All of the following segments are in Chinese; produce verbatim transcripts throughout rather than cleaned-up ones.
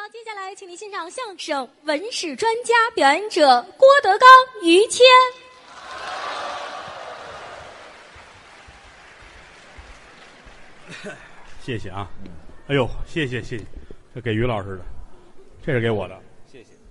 接下来请您欣赏相声《文史专家》，表演者郭德纲、于谦。 谢谢啊，哎呦，谢谢谢谢，这给于老师的，这是给我的， 谢谢。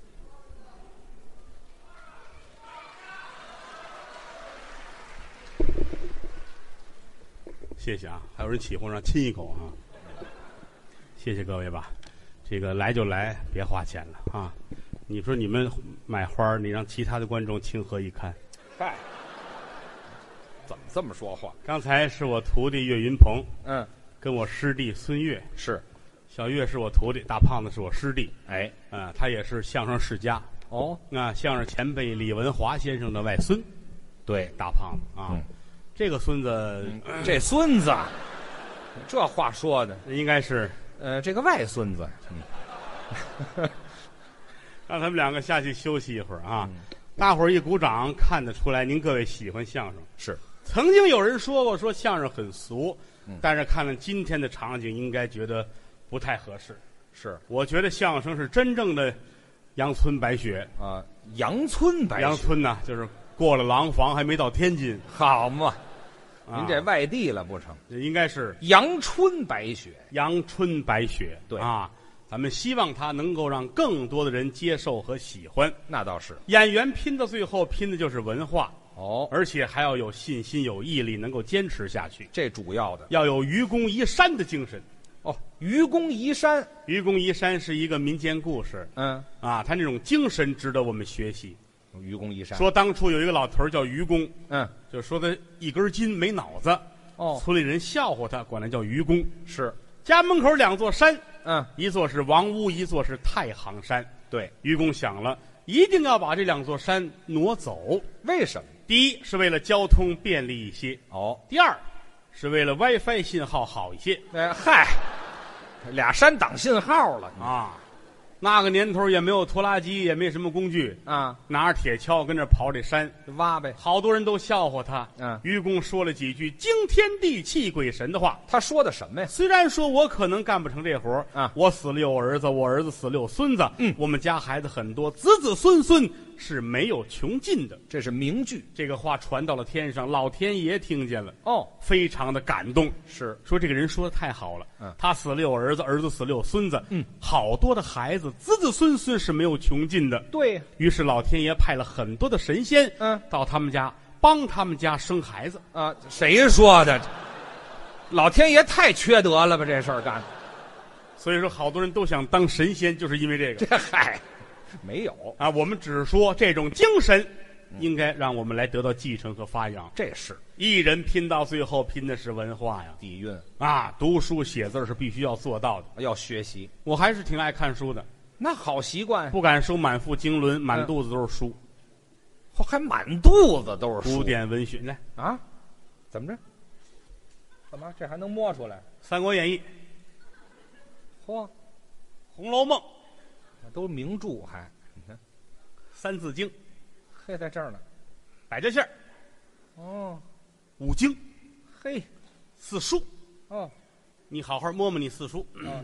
谢谢啊，还有人起哄让亲一口啊，谢谢各位吧。这个来就来，别花钱了啊！你说你们买花，你让其他的观众情何以堪？ 嗨，怎么这么说话？ 刚才是我徒弟岳云鹏， 嗯， 跟我师弟孙越， 是， 小岳是我徒弟，大胖子是我师弟， 哎， 啊、他也是相声世家。 哦， 那相声前辈李文华先生的外孙， 对， 大胖子啊， 嗯这个孙子、 嗯这孙子，这话说的， 应该是呃，这个外孙子，嗯， 让他们两个下去休息一会儿啊。 嗯大伙儿一鼓掌，看得出来您各位喜欢相声。 是， 曾经有人说过，说相声很俗， 嗯但是看了今天的场景，应该觉得不太合适。 是我觉得相声是真正的阳春白雪。 啊，阳春白雪， 阳春呐、就是过了廊坊还没到天津， 好嘛， 啊、 您这外地了不成？ 应该是阳春白雪， 阳春白雪。 对啊，咱们希望它能够让更多的人接受和喜欢。 那倒是。 演员拼到最后，拼的就是文化， 哦， 而且还要有信心、有毅力，能够坚持下去。 这主要的。 要有愚公移山的精神。 哦，愚公移山， 愚公移山是一个民间故事嗯， 啊，他那种精神值得我们学习。 愚公移山， 说当初有一个老头儿叫愚公， 嗯， 就说他一根筋没脑子， 哦， 村里人笑话他，管他叫愚公。 是， 家门口两座山， 嗯， 一座是王屋，一座是太行山。 对， 愚公想了，一定要把这两座山挪走。 为什么？ 第一是为了交通便利一些， 哦， 第二是为了 WiFi 信号好一些哎嗨，俩山挡信号了啊。那个年头也没有拖拉机，也没什么工具， 啊， 拿着铁锹跟这刨这山， 挖呗。 好多人都笑话他。 嗯， 愚公说了几句惊天地泣鬼神的话。 他说的什么呀？ 虽然说我可能干不成这活儿啊， 我死了有儿子，我儿子死了有孙子， 嗯， 我们家孩子很多，子子孙孙是没有穷尽的。 这是名句。 这个话传到了天上，老天爷听见了， 哦， 非常的感动， 是， 说这个人说的太好了。 嗯， 他死了有儿子，儿子死了有孙子， 嗯， 好多的孩子，子子孙孙是没有穷尽的。 对， 于是老天爷派了很多的神仙， 嗯， 到他们家帮他们家生孩子。 啊，谁说的？老天爷太缺德了吧？这事儿干的， 所以说好多人都想当神仙，就是因为这个。 这嗨，没有， 啊，我们只是说这种精神，应该让我们来得到继承和发扬。 这是一人拼到最后，拼的是文化呀， 底蕴， 啊，读书写字是必须要做到的。 要学习。 我还是挺爱看书的， 那好习惯， 不敢说满腹经纶，满肚子都是书， 嚯还满肚子都是书古典文学。来，《 啊？怎么着？干嘛？这还能摸出来？ 三国演义》《 嚯， 红楼梦》《 那都名著还，你看， 三字经》《 嘿，在这儿呢。 百家姓》《 哦， 五经》《 嘿， 四书》。 哦， 你好好摸摸你四书。 哦，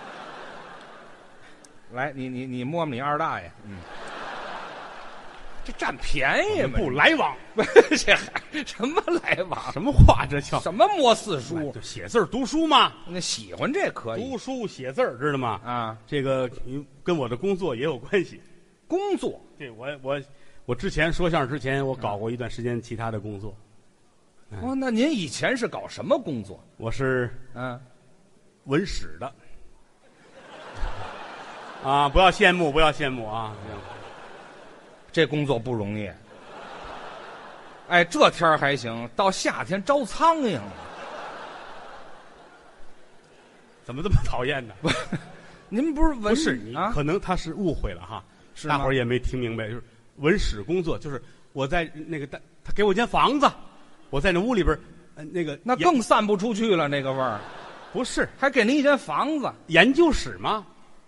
来，你你你摸摸你二大爷，嗯，这占便宜嘛？ 不来往， 这还什么来往？ 什么话这叫？ 什么摸四书？ 就写字儿读书嘛， 那喜欢这可以读书写字儿知道吗？ 啊？ 这个跟我的工作也有关系。 工作对我我我之前说相声之前，我搞过一段时间其他的工作。 哦，那您以前是搞什么工作？ 我是嗯， 文史的。啊，不要羡慕，不要羡慕啊！ 这工作不容易。哎，这天儿还行，到夏天招苍蝇了。 怎么这么讨厌呢？ 不，您不是文不是你， 啊？ 可能他是误会了哈。 是吗大伙儿也没听明白，就是文史工作，就是我在那个他他给我间房子，我在那屋里边，呃，那个那研更散不出去了，那个味儿。 不是还给您一间房子。 研究室吗？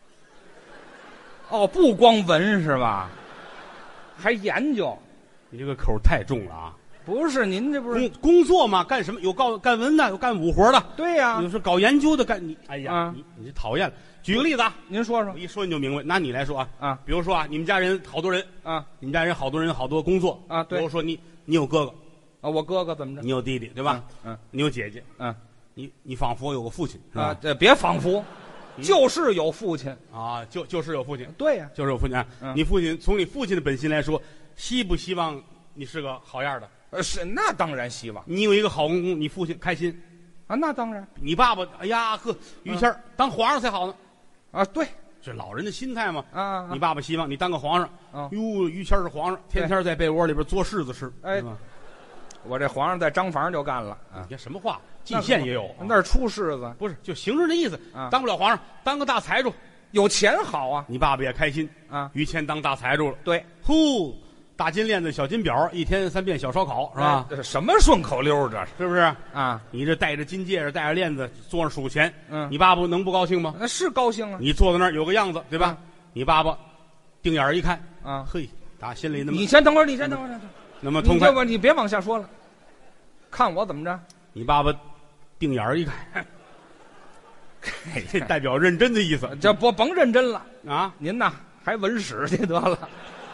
哦，不光文是吧？还研究？ 你这个口太重了啊！ 不是，您这不是？ 工工作嘛，干什么？有干干文的，有干武活的， 对呀、 有时候搞研究的，干你。哎呀， 啊你你这讨厌了。 举个例子啊， 您说说我一说你就明白。拿你来说啊， 啊， 比如说啊，你们家人好多人啊， 你们家人好多人好多工作啊，对。 比如说你你有哥哥啊，我哥哥怎么着？ 你有弟弟对吧？ 嗯， 你有姐姐， 嗯， 你你仿佛有个父亲啊，这别仿佛，就是有父亲啊，就就是有父亲， 对呀， 就是有父亲啊。你父亲从你父亲的本心来说，希不希望你是个好样的？ 呃，是那当然希望你有一个好公公，你父亲开心啊，那当然。 你爸爸，哎呀呵，于谦当皇上才好呢啊，对， 这老人的心态嘛啊。 你爸爸希望你当个皇上， 啊， 哟，于谦是皇上，天天在被窝里边做柿子吃， 哎，我这皇上在张房就干了啊！ 你看什么话？蓟县也有， 那儿出柿子， 不是就形容这意思啊。 当不了皇上，当个大财主， 有钱好啊。 你爸爸也开心啊。 于谦当大财主了， 对， 呼，大金链子，小金表，一天三遍小烧烤，是吧？ 这是什么顺口溜？这是是不是啊？ 你这戴着金戒指，戴着链子，坐那数钱， 嗯， 你爸爸能不高兴吗？ 那是高兴啊。 你坐在那儿有个样子，对吧？你爸爸定眼儿一看， 啊， 嘿，打心里那么…… 你先等会儿，你先等会儿， 那么痛快。 你别往下说了，看我怎么着？ 你爸爸定眼儿一看，这代表认真的意思。 这不甭认真了啊！ 您呐，还文史去得了。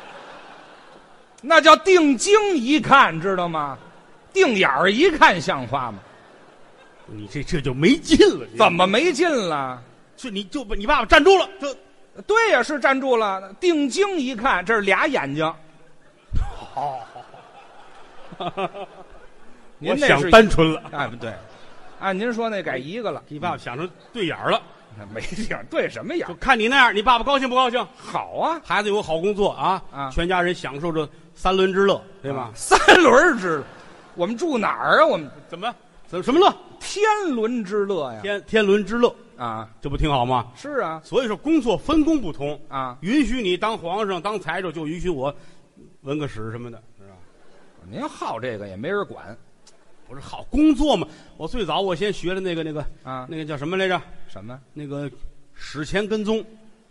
那叫定睛一看，知道吗？定眼儿一看像话吗？ 你这这就没劲了。 怎么没劲了？ 是你就把你爸爸站住了，这对呀，是站住了。定睛一看，这是俩眼睛。 好， 您那想单纯了。 哎，不对，按您说那改一个了。 你爸爸想成对眼儿了， 没眼对什么眼？ 就看你那样，你爸爸高兴不高兴？ 好啊， 孩子有个好工作啊， 啊， 全家人享受着三轮之乐，对吧？ 三轮之乐，我们住哪儿啊？我们怎么怎么什么乐？ 天伦之乐呀！ 天天伦之乐啊， 这不挺好吗？ 是啊， 所以说工作分工不同啊， 允许你当皇上当财主，就允许我文个史什么的，是吧？ 您好这个也没人管， 不是好工作嘛？我最早我先学的那个那个啊， 那个叫什么来着？ 什么？ 那个史前跟踪。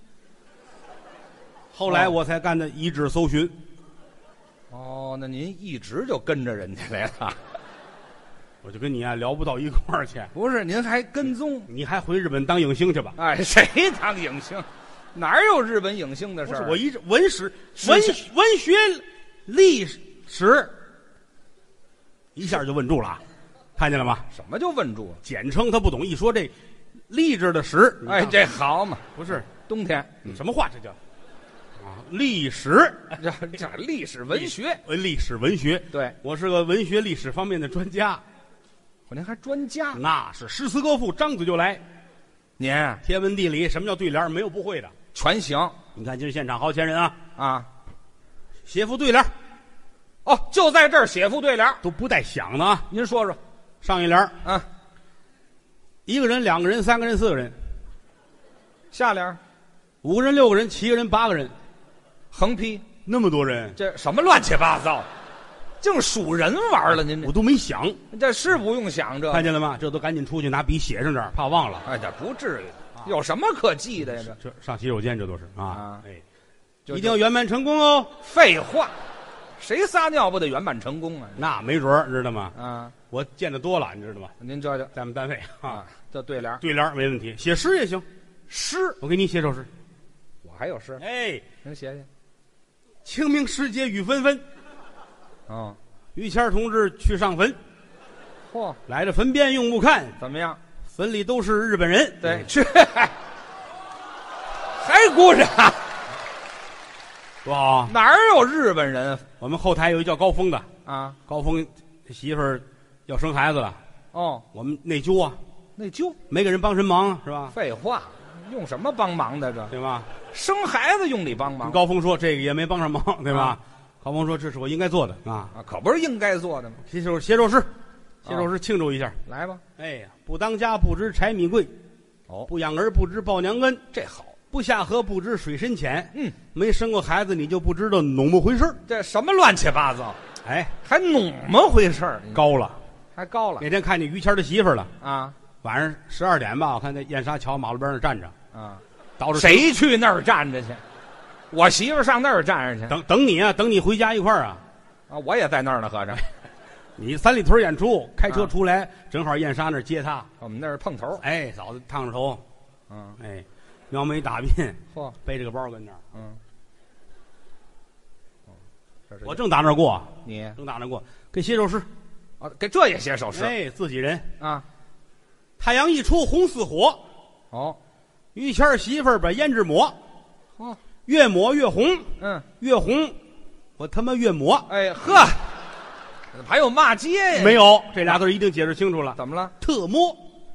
后来我才干的遗址搜寻。 哦，那您一直就跟着人家来了。 我就跟你啊聊不到一块儿去。 不是，您还跟踪？ 你还回日本当影星去吧？ 哎，谁当影星？哪有日本影星的事儿？ 我一直文史文文学历史，一下就问住了，看见了吗？ 什么就问住了？ 简称他不懂，一说这励志的史， 哎，这好嘛？ 不是冬天， 什么话？这叫啊历史， 这这历史文学， 文历史文学。 对， 我是个文学历史方面的专家。 您还专家？ 那是诗词歌赋，张嘴就来。 您天文地理，什么叫对联？没有不会的， 全行。 你看今儿现场好些人啊啊， 写副对联。 哦，就在这儿写副对联， 都不带想的啊。 您说说， 上一联啊， 一个人、两个人、三个人、四个人。 下联五个人、六个人、七个人、八个人， 横批那么多人， 这什么乱七八糟，净数人玩了。您这我都没想， 这是不用想这， 看见了吗？这都赶紧出去拿笔写上点儿，怕忘了。 哎，这不至于，有什么可记的呀？ 这这上洗手间，这都是啊。 啊哎， 就一定要圆满成功哦。 废话，谁撒尿不得圆满成功啊？ 那没准儿，知道吗？ 啊， 我见得多了，你知道吗？ 您这就在我们单位啊， 啊，这对联对联没问题，写诗也行。 诗， 我给你写首诗。 我还有诗， 哎， 您写写。 清明时节雨纷纷， 哦， 于谦同志去上坟， 嚯， 来了坟边用木看， 怎么样？ 坟里都是日本人。 对，去，还鼓掌。 多好啊！ 哪儿有日本人我们后台有一叫高峰的， 啊？ 高峰媳妇儿要生孩子了， 哦， 我们内疚啊， 内疚。 没给人帮什么忙啊，是吧？ 废话，用什么帮忙的这？ 对吧？ 生孩子用你帮忙跟高峰说这个也没帮上忙，对吧？ 啊高峰说这是我应该做的啊。 啊，可不是应该做的吗？ 写首写首诗，写首诗庆祝一下。 来吧。 哎呀，不当家不知柴米贵， 哦， 不养儿不知报娘恩， 这好。 不下河不知水深浅。 嗯， 没生过孩子你就不知道弄么回事儿。 这什么乱七八糟？ 哎， 还弄么回事儿？ 高了。 还高了那天看见于谦的媳妇儿了， 啊晚上十二点吧，我看在燕莎桥马路边上站着， 啊！ 倒着谁去那儿站着去？我媳妇上那儿站着去等等你啊，等你回家一块儿啊。 啊！我也在那儿呢，合着。 你三里屯演出，开车出来，正好燕莎那儿接他。 我们那儿碰头。 哎，嫂子烫着头， 嗯， 哎， 描眉打鬓， 嚯， 背着个包跟那儿。 嗯，哦，这是我正打那儿过， 你正打那儿过，给写首诗。 啊，给这也写首诗哎，自己人。 啊？ 太阳一出红似火， 哦， 于谦儿媳妇儿把胭脂抹， 哦， 越抹越红， 嗯， 越红，我他妈越抹。 哎呵，还有骂街呀？ 没有，这俩字一定解释清楚了。 怎么了？ 特摸，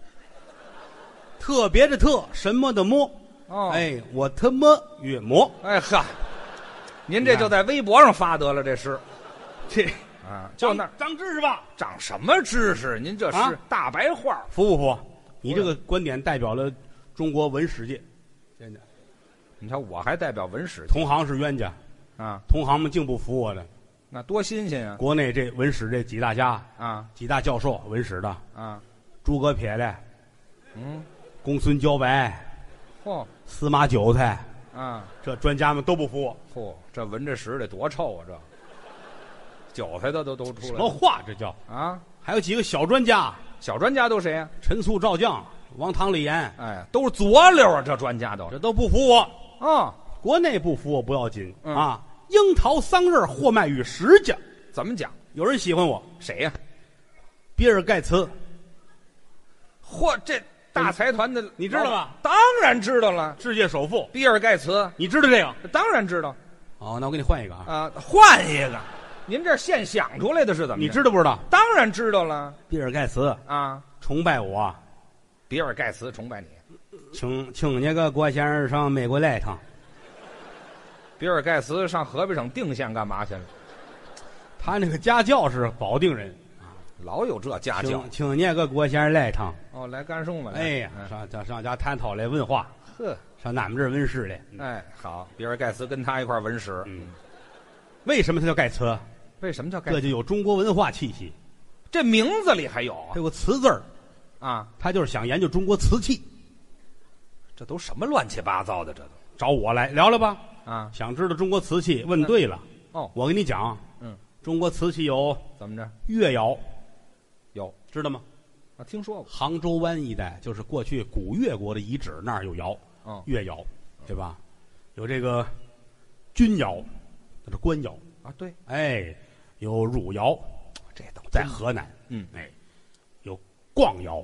特别的特，什么的摸。 哦， 哎，我他妈越摸。 哎呵，您这就在微博上发得了这诗这啊？就那儿长知识吧？ 长什么知识？您这是啊大白话。 服不服？你这个观点代表了中国文史界，真的。 你瞧，我还代表文史同行是冤家， 啊， 同行们竟不服我的。 那多新鲜啊！ 国内这文史这几大家， 啊几大教授文史的， 啊， 诸葛撇的， 嗯， 公孙茭白， 嚯司马韭菜， 啊这专家们都不服我。 嚯，这闻这屎得多臭啊！这韭菜的都都出什来了么话？这叫？ 啊！ 还有几个小专家， 小专家都谁呀、 陈醋赵将、王唐李严， 哎，都是左溜啊！这专家都这都不服我。 啊， 国内不服我不要紧、 嗯啊，樱桃桑葚货卖与十家， 怎么讲？ 有人喜欢我。 谁呀、 比尔盖茨， 嚯，这大财团的你知道吧？ 当然知道了， 世界首富， 比尔盖茨， 你知道这个？ 当然知道哦，那我给你换一个啊， 啊。换一个，您这现想出来的是怎么着？ 你知道不知道？ 当然知道了比尔盖茨啊。 崇拜我， 比尔盖茨崇拜你， 请请那个郭先生上美国来一趟。 比尔盖茨上河北省定县干嘛去了？ 他那个家教是保定人， 老有这家教请请那个郭先生来一趟。 哦，来干什么来？ 哎呀， 嗯上上上家探讨来文化， 呵， 上俺们这儿文史来。 哎，好，比尔盖茨跟他一块儿文史， 嗯，为什么他叫盖茨？ 为什么叫盖茨？ 这就有中国文化气息。 这名字里还有这有个瓷字儿， 啊？ 他就是想研究中国瓷器， 这都什么乱七八糟的？这都找我来聊聊吧。 啊？ 想知道中国瓷器，问对了。 哦， 我跟你讲， 嗯， 中国瓷器有怎么着？ 越窑， 有知道吗？ 啊？听说过。 杭州湾一带就是过去古越国的遗址，那儿有窑， 哦越窑，对吧？有这个钧窑，那是官窑， 啊，对， 哎，有汝窑， 这都在河南， 嗯， 哎，有逛窑，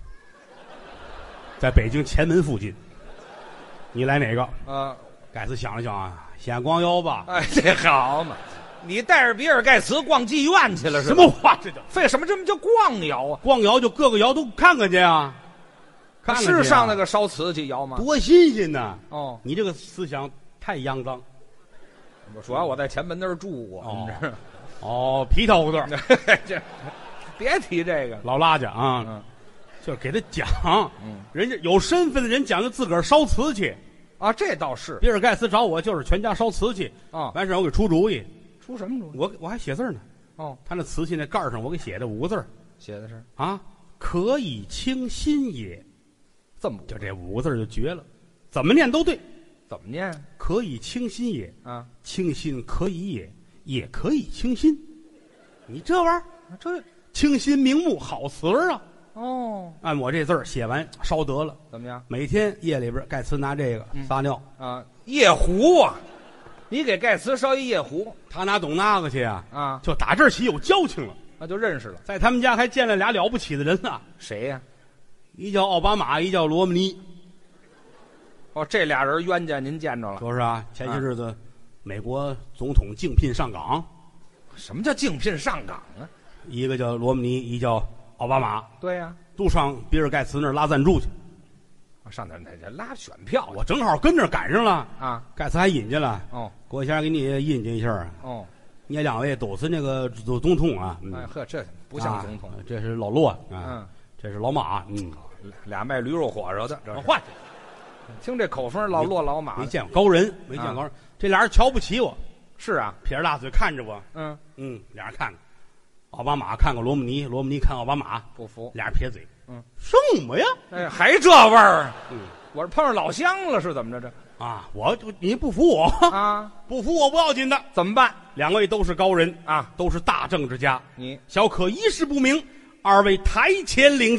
在北京前门附近。你来哪个？ 呃， 盖茨想了想啊，先逛窑吧。 哎，这好嘛，你带着比尔盖茨逛妓院去了是什吧？ 么话？这叫费什么这么叫逛窑啊？ 逛窑，就各个窑都看看去啊，看看去啊是上那个烧瓷器窑吗？ 多新鲜呐！ 哦， 你这个思想太肮脏。 主要我在前门那儿住过。 哦你知道哦，皮条胡同， 这别提这个了。 老拉家啊， 嗯就是给他讲， 嗯人家有身份的人讲究自个儿烧瓷器。 啊，这倒是比尔盖茨找我就是全家烧瓷器， 啊。 完事儿我给出主意， 出什么主意？ 我我还写字呢。 哦， 他那瓷器那盖儿上我给写的五个字儿写的是啊，可以清心也， 这么就这五个字儿就绝了，怎么念都对。 怎么念可以清心也， 啊？ 清心可以也，也可以清心。你这玩意儿这清心明目，好词儿啊！ 哦， 按我这字儿写完烧得了。 怎么样每天夜里边，盖茨拿这个嗯撒尿， 啊？夜壶啊，你给盖茨烧一夜壶他哪懂那个去啊？ 啊？ 就打这儿起有交情了， 那就认识了。 在他们家还见了俩了不起的人啊， 谁呀、 一叫奥巴马，一叫罗姆尼， 哦，这俩人冤家您见着了？ 说是啊，前些日子美国总统竞聘上岗， 什么叫竞聘上岗啊？ 一个叫罗姆尼，一叫奥巴马， 对呀、 都上比尔盖茨那儿拉赞助去。 啊，上那那那拉选票我正好跟这儿赶上了， 啊。 盖茨还引进了， 哦郭先生给你引进一下啊。 哦， 你两位都是那个总总统啊，嗯哎呵，这不像总统。 啊这是老骆啊， 嗯， 这是老马，嗯， 俩卖驴肉火烧的，这是换听这口风，老骆老马没见过高人，没见过高人，这俩人瞧不起我， 是啊。 撇着大嘴看着我， 嗯， 嗯，俩人看看，奥巴马看看罗姆尼，罗姆尼看奥巴马， 不服。 俩人撇嘴， 嗯， 什么呀？ 哎，还这味儿？ 嗯我是碰上老乡了，是怎么着这？ 啊，我你不服我， 啊， 不服我不要紧的， 怎么办两位都是高人， 啊？ 都是大政治家， 你小可一事不明，二位台前领教。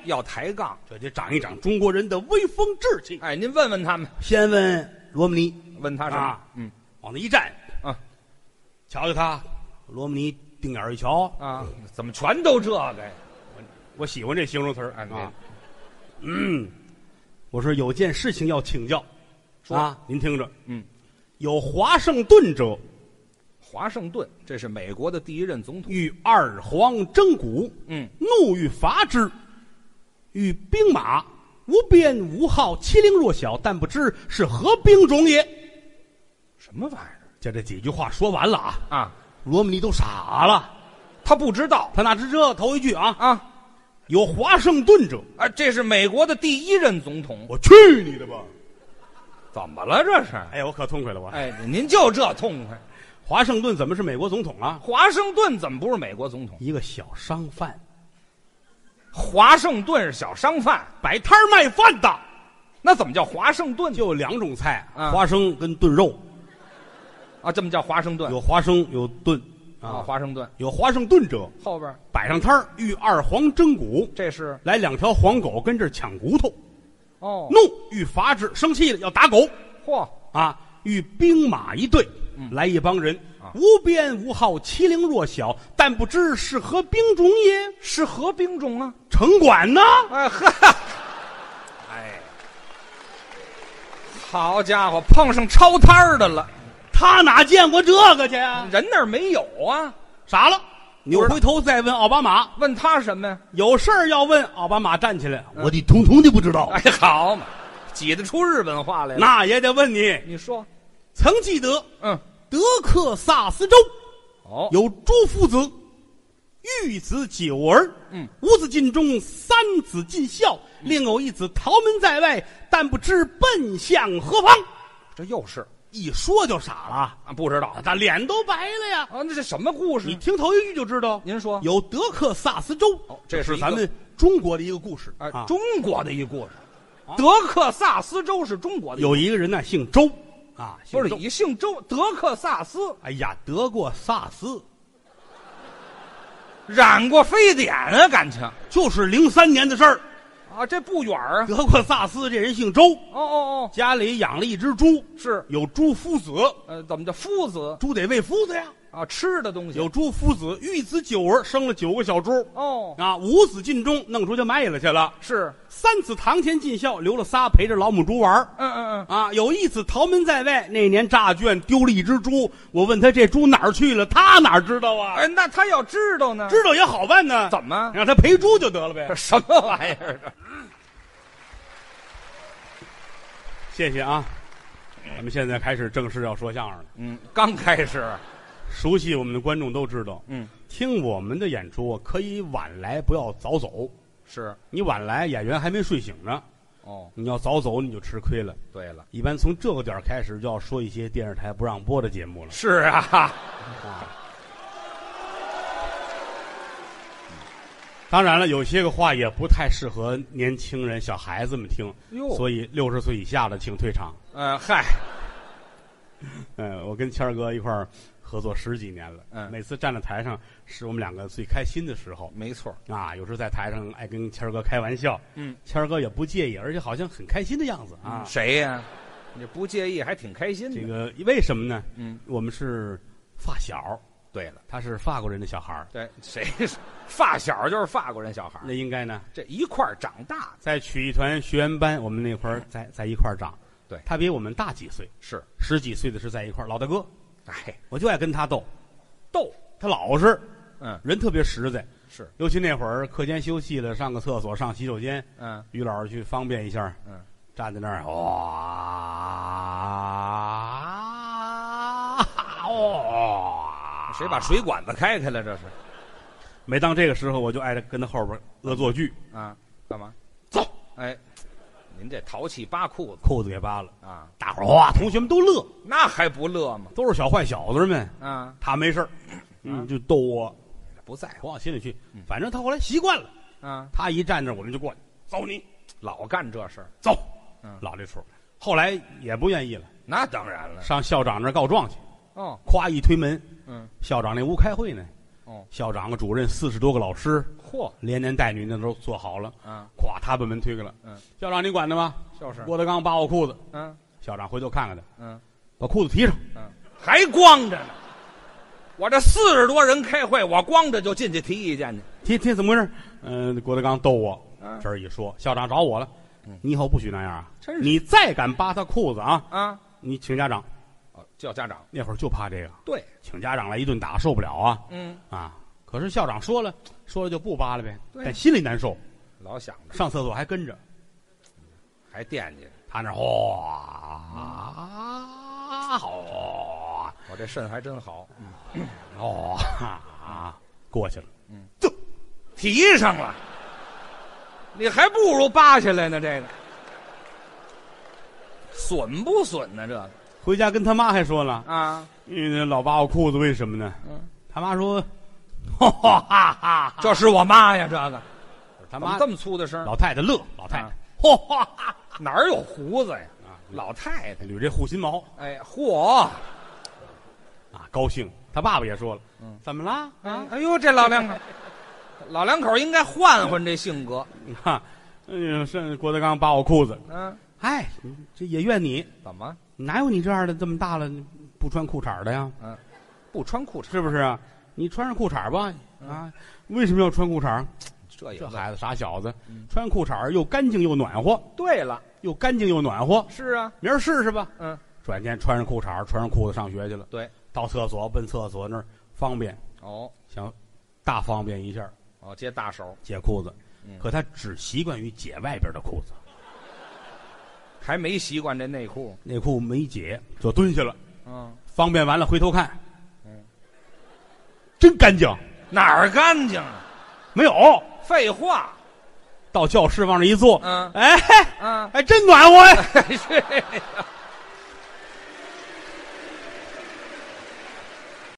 要抬杠， 这得长一长中国人的威风志气。 哎，您问问他们， 先问罗姆尼， 问他什么？ 啊嗯， 往那一站， 啊， 瞧瞧他，罗姆尼定眼一瞧， 啊，怎么全都这个呀？ 我喜欢这形容词儿哎啊。嗯，我说有件事情要请教， 说啊，您听着， 嗯， 有华盛顿者华盛顿，这是美国的第一任总统。 与二皇争古， 嗯， 怒欲伐之，与兵马无边无号，欺凌弱小，但不知是何兵种也。 什么玩意儿就这几句话说完了啊， 啊？ 罗姆尼都傻了， 他不知道他哪知这头一句啊？ 啊？ 有华盛顿者， 啊，这是美国的第一任总统。 我去你的吧！ 怎么了这是？ 哎呀，我可痛快了我。 哎，您就这痛快。 华盛顿怎么是美国总统啊？ 华盛顿怎么不是美国总统？ 一个小商贩， 华盛顿是小商贩， 摆摊儿卖饭的， 那怎么叫华盛顿？ 就两种菜， 啊花生跟炖肉， 啊，这么叫华盛顿？ 有花生有炖啊， 啊， 华盛顿有华盛顿者， 后边摆上摊儿与二黄争骨， 这是来两条黄狗跟这儿抢骨头， 哦， 怒欲伐之，生气了要打狗嚯， 啊，与兵马一队， 嗯来一帮人， 啊无边无号，欺凌弱小，但不知是何兵种也。 是何兵种啊？ 城管呢？ 哎呵，哎，好家伙，碰上抄摊儿的了， 他哪见过这个去啊？ 人那儿没有啊？ 傻了，扭回头再问奥巴马， 问他什么呀？ 有事儿要问。奥巴马站起来， 嗯我的统统的不知道， 哎，好嘛，挤得出日本话来了。 那也得问你。 你说， 曾记得嗯， 德克萨斯州哦， 有朱夫子，育子九儿， 嗯， 五子尽忠，三子尽孝，另有一子逃门在外，但不知奔向何方。 这又是一说就傻了， 啊，不知道他脸都白了呀。 啊，那是什么故事？ 你听头一句就知道， 您说， 有德克萨斯州， 哦这是一个是咱们中国的一个故事啊， 啊。 中国的一故事。 啊德克萨斯州是中国的一有一个人呢，姓周啊，姓不是周以姓周，德克萨斯哎呀，得过萨斯， 染过非典啊，感情就是零三年的事儿。 啊，这不远儿啊。 德过萨斯这人姓周， 哦哦哦， 家里养了一只猪， 是有猪夫子， 呃，怎么叫夫子猪得喂夫子呀。 啊？吃的东西有猪夫子，育子九儿，生了九个小猪哦， 啊，五子尽忠，弄出去卖了去了。 是， 三子堂前尽孝，留了仨陪着老母猪玩儿嗯嗯嗯， 啊。有一子逃门在外，那年诈圈丢了一只猪，我问他这猪哪儿去了，他哪知道啊？ 哎，那他要知道呢？ 知道也好办呢， 怎么？ 让他赔猪就得了呗这。什么玩意儿？这谢谢啊，咱们现在开始正式要说相声了。 嗯，刚开始， 熟悉我们的观众都知道， 嗯， 听我们的演出可以晚来，不要早走。 是你晚来，演员还没睡醒呢； 哦。 你要早走，你就吃亏了。 对了， 一般从这个点儿开始，就要说一些电视台不让播的节目了。 是啊， 啊，当然了，有些个话也不太适合年轻人、小孩子们听， 哟， 所以六十岁以下的请退场。 呃，嗨， 嗯，我跟谦儿哥一块儿合作十几年了， 嗯每次站在台上是我们两个最开心的时候没错， 啊。有时在台上爱跟谦儿哥开玩笑， 嗯， 谦儿哥也不介意，而且好像很开心的样子啊。 谁呀？你不介意，还挺开心的。 这个为什么呢？ 嗯， 我们是发小， 对了， 他是法国人的小孩儿， 对，谁是发小就是法国人小孩儿， 那应该呢这一块儿长大的。 在曲艺团学员班，我们那会儿在在一块儿长。 对， 他比我们大几岁， 是， 十几岁的是在一块儿。老大哥， 哎， 我就爱跟他斗， 逗， 他老实， 嗯， 人特别实在。 是， 尤其那会儿课间休息了，上个厕所，上洗手间， 嗯于老师去方便一下， 嗯， 站在那儿，哇，哇， 谁把水管子开开了？这是每当这个时候，我就爱跟他后边恶作剧， 啊？干嘛？ 走， 哎，您这淘气扒裤子裤子给扒了， 啊？ 大伙儿哇，同学们都乐， 那还不乐吗？ 都是小坏小子们， 啊， 他没事儿嗯，就逗我， 不在乎不往心里去。反正他后来习惯了， 啊， 他一站那儿，我们就过去揍你， 老干这事儿。 走， 嗯老这出。后来也不愿意了， 那当然了。 上校长那儿告状去， 哦， 夸一推门， 嗯， 校长那屋开会呢， 哦， 校长、主任四十多个老师， 嚯， 连男带女的都坐好了。 啊， 咵，他把门推开了。 嗯， 校长，你管的吗？ 就是。 郭德纲扒我裤子。 嗯， 校长回头看看他。 嗯， 把裤子提上。 嗯，还光着呢。我这四十多人开会，我光着就进去提意见去。 提提怎么回事？嗯、呃，郭德纲逗我。 嗯， 这儿一说，校长找我了。 嗯， 你以后不许那样啊！ 真是你再敢扒他裤子啊！ 啊， 你请家长。 哦，叫家长。 那会儿就怕这个。 对， 请家长来一顿打，受不了啊！ 嗯啊，可是校长说了，说了就不扒了呗。 对， 但心里难受， 老想着上厕所还跟着， 还惦记。 他那哗好， 我这肾还真好。 嗯，哦啊，过去了。 嗯，就提上了，你还不如扒下来呢。这个损不损呢？这个回家跟他妈还说了啊， 嗯，老扒我裤子，为什么呢？ 嗯， 他妈说，哈哈哈哈， 这是我妈呀，这个他妈这么粗的声， 老太太乐，老太太， 嚯哈哈，哪儿有胡子呀？ 啊， 老太太捋这护心毛， 哎，嚯啊，高兴。他爸爸也说了， 嗯， 怎么了？啊， 哎呦，这老两口，老两口应该换换这性格。 你看，哎呦，是郭德纲扒我裤子， 嗯， 哎，这也怨你， 怎么？ 哪有你这样的这么大了不穿裤衩的呀？ 嗯，不穿裤衩是不是啊？你穿上裤衩吧，啊，为什么要穿裤衩？ 这也这孩子傻小子， 嗯穿裤衩又干净又暖和， 对了， 又干净又暖和。 是啊， 明儿试试吧。 嗯， 转天穿上裤衩，穿上裤子上学去了。 对， 到厕所奔厕所那儿方便， 哦想大方便一下， 哦，接大手， 解裤子。 嗯可他只习惯于解外边的裤子， 还没习惯这内裤。 内裤没解就蹲下了。 嗯， 方便完了回头看， 嗯， 真干净， 哪儿干净啊？ 没有。 废话。 到教室往那一坐， 嗯， 哎， 嗯， 还真暖和呀。 是呀。